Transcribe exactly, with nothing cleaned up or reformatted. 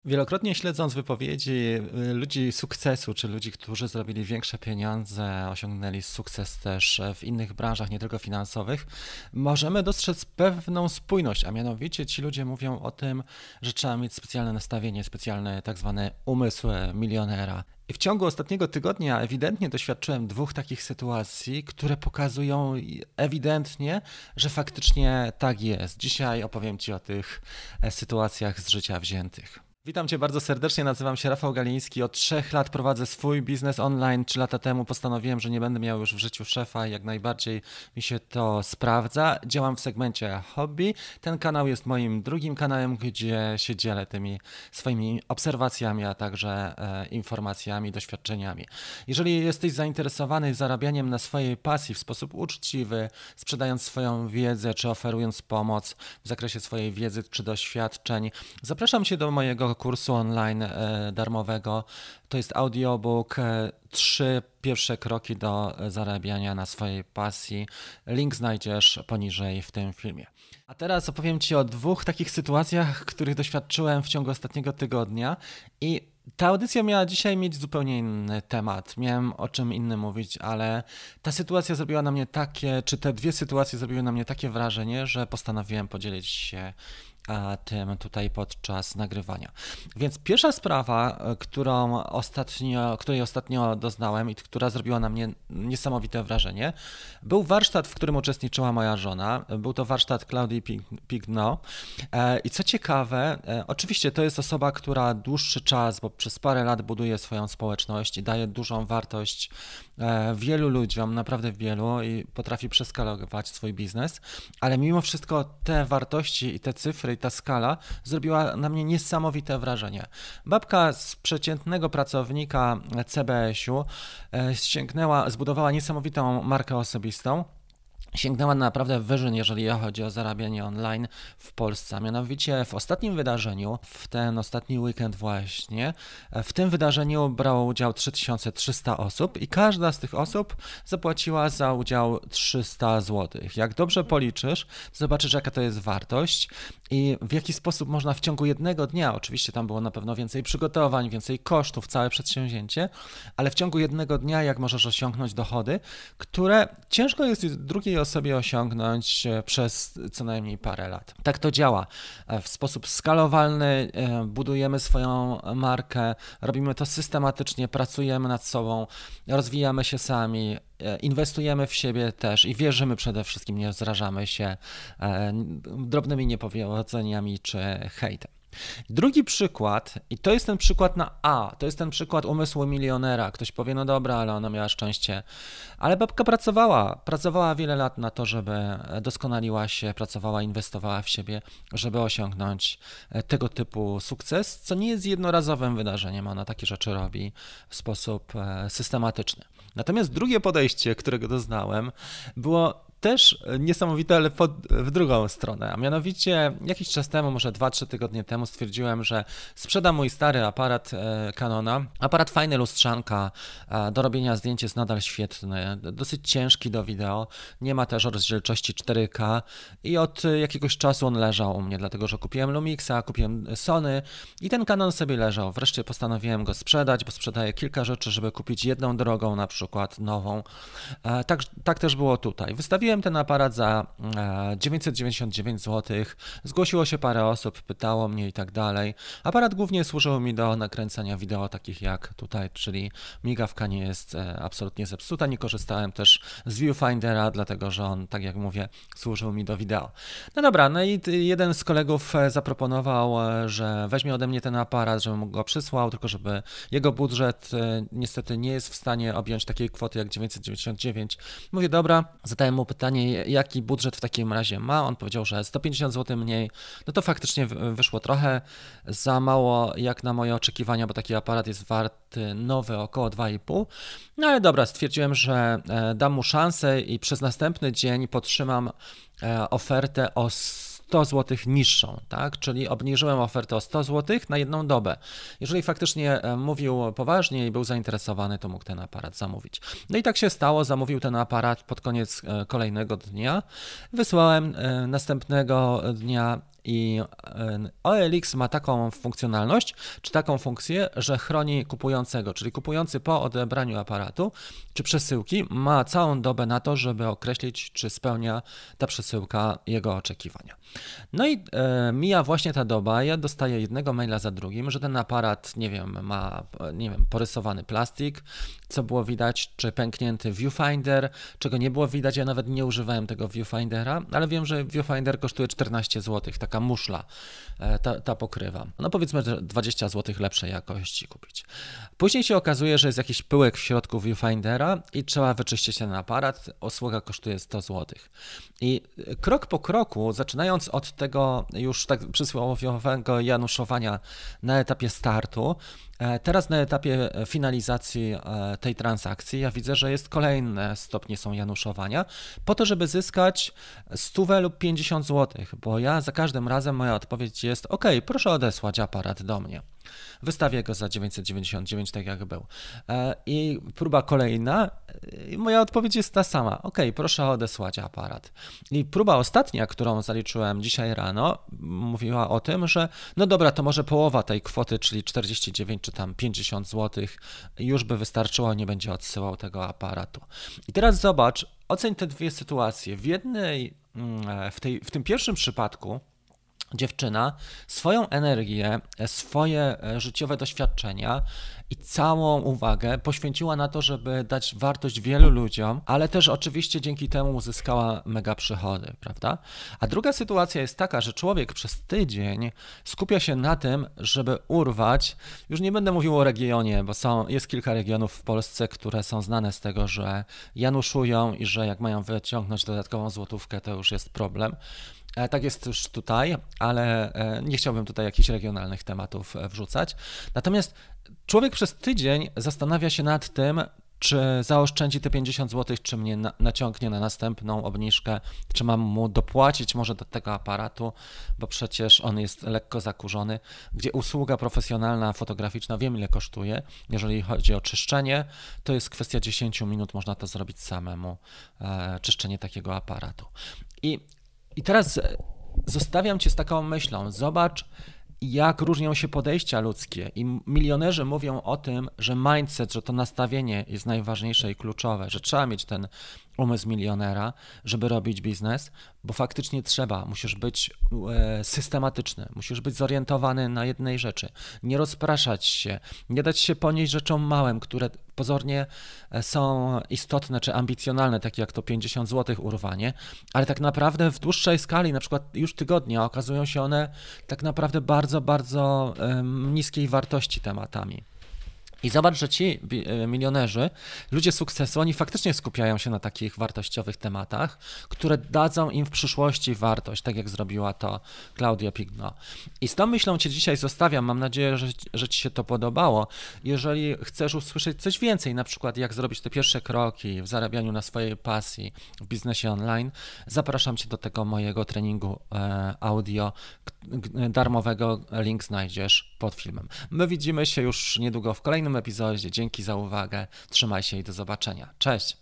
Wielokrotnie śledząc wypowiedzi y, ludzi sukcesu, czy ludzi, którzy zrobili większe pieniądze, osiągnęli sukces też w innych branżach, nie tylko finansowych, możemy dostrzec pewną spójność, a mianowicie ci ludzie mówią o tym, że trzeba mieć specjalne nastawienie, specjalny tak zwany umysł milionera. I w ciągu ostatniego tygodnia ewidentnie doświadczyłem dwóch takich sytuacji, które pokazują ewidentnie, że faktycznie tak jest. Dzisiaj opowiem Ci o tych e, sytuacjach z życia wziętych. Witam Cię bardzo serdecznie, nazywam się Rafał Galiński. Od trzech lat prowadzę swój biznes online. Trzy lata temu postanowiłem, że nie będę miał już w życiu szefa i jak najbardziej mi się to sprawdza. Działam w segmencie hobby. Ten kanał jest moim drugim kanałem, gdzie się dzielę tymi swoimi obserwacjami, a także e, informacjami, doświadczeniami. Jeżeli jesteś zainteresowany zarabianiem na swojej pasji w sposób uczciwy, sprzedając swoją wiedzę czy oferując pomoc w zakresie swojej wiedzy czy doświadczeń, zapraszam Cię do mojego kursu online e, darmowego. To jest audiobook, e, trzy pierwsze kroki do zarabiania na swojej pasji. Link znajdziesz poniżej w tym filmie. A teraz opowiem Ci o dwóch takich sytuacjach, których doświadczyłem w ciągu ostatniego tygodnia i ta audycja miała dzisiaj mieć zupełnie inny temat. Miałem o czym innym mówić, ale ta sytuacja zrobiła na mnie takie, czy te dwie sytuacje zrobiły na mnie takie wrażenie, że postanowiłem podzielić się a, tym tutaj podczas nagrywania. Więc pierwsza sprawa, którą ostatnio, której ostatnio doznałem i która zrobiła na mnie niesamowite wrażenie, był warsztat, w którym uczestniczyła moja żona. Był to warsztat Claudii Pignot. I co ciekawe, oczywiście to jest osoba, która dłuższy czas, bo przez parę lat buduje swoją społeczność i daje dużą wartość wielu ludziom, naprawdę wielu i potrafi przeskalować swój biznes, ale mimo wszystko te wartości i te cyfry i ta skala zrobiła na mnie niesamowite wrażenie. Babka z przeciętnego pracownika C B S-u sięgnęła, zbudowała niesamowitą markę osobistą. Sięgnęła naprawdę wyżyn, jeżeli chodzi o zarabianie online w Polsce. A mianowicie w ostatnim wydarzeniu, w ten ostatni weekend właśnie, w tym wydarzeniu brało udział trzy tysiące trzysta osób i każda z tych osób zapłaciła za udział trzysta złotych. Jak dobrze policzysz, zobaczysz, jaka to jest wartość i w jaki sposób można w ciągu jednego dnia, oczywiście tam było na pewno więcej przygotowań, więcej kosztów, całe przedsięwzięcie, ale w ciągu jednego dnia jak możesz osiągnąć dochody, które ciężko jest drugiej osobie osiągnąć przez co najmniej parę lat. Tak to działa. W sposób skalowalny budujemy swoją markę, robimy to systematycznie, pracujemy nad sobą, rozwijamy się sami, inwestujemy w siebie też i wierzymy przede wszystkim, nie zrażamy się drobnymi niepowodzeniami czy hejtem. Drugi przykład, i to jest ten przykład na A, to jest ten przykład umysłu milionera. Ktoś powie, no dobra, ale ona miała szczęście. Ale babka pracowała, pracowała wiele lat na to, żeby doskonaliła się, pracowała, inwestowała w siebie, żeby osiągnąć tego typu sukces, co nie jest jednorazowym wydarzeniem. Ona takie rzeczy robi w sposób systematyczny. Natomiast drugie podejście, którego doznałem, było też niesamowite, ale pod, w drugą stronę, a mianowicie jakiś czas temu, może dwa trzy tygodnie temu stwierdziłem, że sprzedam mój stary aparat Canona. Aparat fajny, lustrzanka, do robienia zdjęć jest nadal świetny, dosyć ciężki do wideo, nie ma też rozdzielczości cztery K i od jakiegoś czasu on leżał u mnie, dlatego że kupiłem Lumixa, kupiłem Sony i ten Canon sobie leżał. Wreszcie postanowiłem go sprzedać, bo sprzedaję kilka rzeczy, żeby kupić jedną drogą, na przykład nową. Tak, tak też było tutaj. Wystawiłem ten aparat za dziewięćset dziewięćdziesiąt dziewięć złotych, zgłosiło się parę osób, pytało mnie i tak dalej. Aparat głównie służył mi do nakręcania wideo takich jak tutaj, czyli migawka nie jest absolutnie zepsuta, nie korzystałem też z viewfindera, dlatego że on, tak jak mówię, służył mi do wideo. No dobra, no i jeden z kolegów zaproponował, że weźmie ode mnie ten aparat, żebym mu go przysłał, tylko żeby jego budżet niestety nie jest w stanie objąć takiej kwoty jak dziewięćset dziewięćdziesiąt dziewięć. Mówię, dobra, zadałem mu pytanie, jaki budżet w takim razie ma. On powiedział, że sto pięćdziesiąt złotych mniej. No to faktycznie wyszło trochę za mało jak na moje oczekiwania, bo taki aparat jest warty nowy około dwa i pół. No ale dobra, stwierdziłem, że dam mu szansę i przez następny dzień podtrzymam ofertę o sto złotych niższą, tak? Czyli obniżyłem ofertę o sto złotych na jedną dobę. Jeżeli faktycznie mówił poważnie i był zainteresowany, to mógł ten aparat zamówić. No i tak się stało, zamówił ten aparat pod koniec kolejnego dnia. Wysłałem następnego dnia I O L X ma taką funkcjonalność, czy taką funkcję, że chroni kupującego, czyli kupujący po odebraniu aparatu czy przesyłki ma całą dobę na to, żeby określić, czy spełnia ta przesyłka jego oczekiwania. No i e, mija właśnie ta doba, ja dostaję jednego maila za drugim, że ten aparat, nie wiem, ma, nie wiem, porysowany plastik, co było widać, czy pęknięty viewfinder, czego nie było widać, ja nawet nie używałem tego viewfindera, ale wiem, że viewfinder kosztuje czternaście złotych, taka muszla, e, ta, ta pokrywa. No powiedzmy, że dwadzieścia złotych lepszej jakości kupić. Później się okazuje, że jest jakiś pyłek w środku viewfindera i trzeba wyczyścić ten aparat, usługa kosztuje sto złotych. I krok po kroku, zaczynając od tego już tak przysłowiowego januszowania na etapie startu, teraz na etapie finalizacji tej transakcji ja widzę, że jest kolejne stopnie są januszowania po to, żeby zyskać sto lub pięćdziesiąt złotych, bo ja za każdym razem moja odpowiedź jest: OK, proszę odesłać aparat do mnie. Wystawię go za dziewięćset dziewięćdziesiąt dziewięć, tak jak był. I próba kolejna, i moja odpowiedź jest ta sama. OK, proszę odesłać aparat. I próba ostatnia, którą zaliczyłem dzisiaj rano, mówiła o tym, że no dobra, to może połowa tej kwoty, czyli czterdzieści dziewięć czy tam pięćdziesiąt złotych już by wystarczyło, nie będzie odsyłał tego aparatu. I teraz zobacz, oceń te dwie sytuacje. W jednej, w, tej, w tym pierwszym przypadku dziewczyna swoją energię, swoje życiowe doświadczenia i całą uwagę poświęciła na to, żeby dać wartość wielu ludziom, ale też oczywiście dzięki temu uzyskała mega przychody, prawda? A druga sytuacja jest taka, że człowiek przez tydzień skupia się na tym, żeby urwać, już nie będę mówił o regionie, bo są, jest kilka regionów w Polsce, które są znane z tego, że januszują i że jak mają wyciągnąć dodatkową złotówkę, to już jest problem. Tak jest już tutaj, ale nie chciałbym tutaj jakichś regionalnych tematów wrzucać. Natomiast człowiek przez tydzień zastanawia się nad tym, czy zaoszczędzi te pięćdziesiąt złotych, czy mnie na, naciągnie na następną obniżkę, czy mam mu dopłacić może do tego aparatu, bo przecież on jest lekko zakurzony, gdzie usługa profesjonalna, fotograficzna, wiem ile kosztuje. Jeżeli chodzi o czyszczenie, to jest kwestia dziesięć minut, można to zrobić samemu, e, czyszczenie takiego aparatu. I I teraz zostawiam Cię z taką myślą. Zobacz, jak różnią się podejścia ludzkie i milionerzy mówią o tym, że mindset, że to nastawienie jest najważniejsze i kluczowe, że trzeba mieć ten umysł milionera, żeby robić biznes, bo faktycznie trzeba, musisz być systematyczny, musisz być zorientowany na jednej rzeczy, nie rozpraszać się, nie dać się ponieść rzeczom małym, które pozornie są istotne czy ambicjonalne, takie jak to pięćdziesiąt złotych urwanie, ale tak naprawdę w dłuższej skali, na przykład już tygodnia, okazują się one tak naprawdę bardzo, bardzo um, niskiej wartości tematami. I zobacz, że ci milionerzy, ludzie sukcesu, oni faktycznie skupiają się na takich wartościowych tematach, które dadzą im w przyszłości wartość, tak jak zrobiła to Claudia Pigno. I z tą myślą Cię dzisiaj zostawiam. Mam nadzieję, że, że Ci się to podobało. Jeżeli chcesz usłyszeć coś więcej, na przykład jak zrobić te pierwsze kroki w zarabianiu na swojej pasji w biznesie online, zapraszam Cię do tego mojego treningu e, audio darmowego. Link znajdziesz pod filmem. My widzimy się już niedługo w kolejnym epizodzie. Dzięki za uwagę. Trzymaj się i do zobaczenia. Cześć!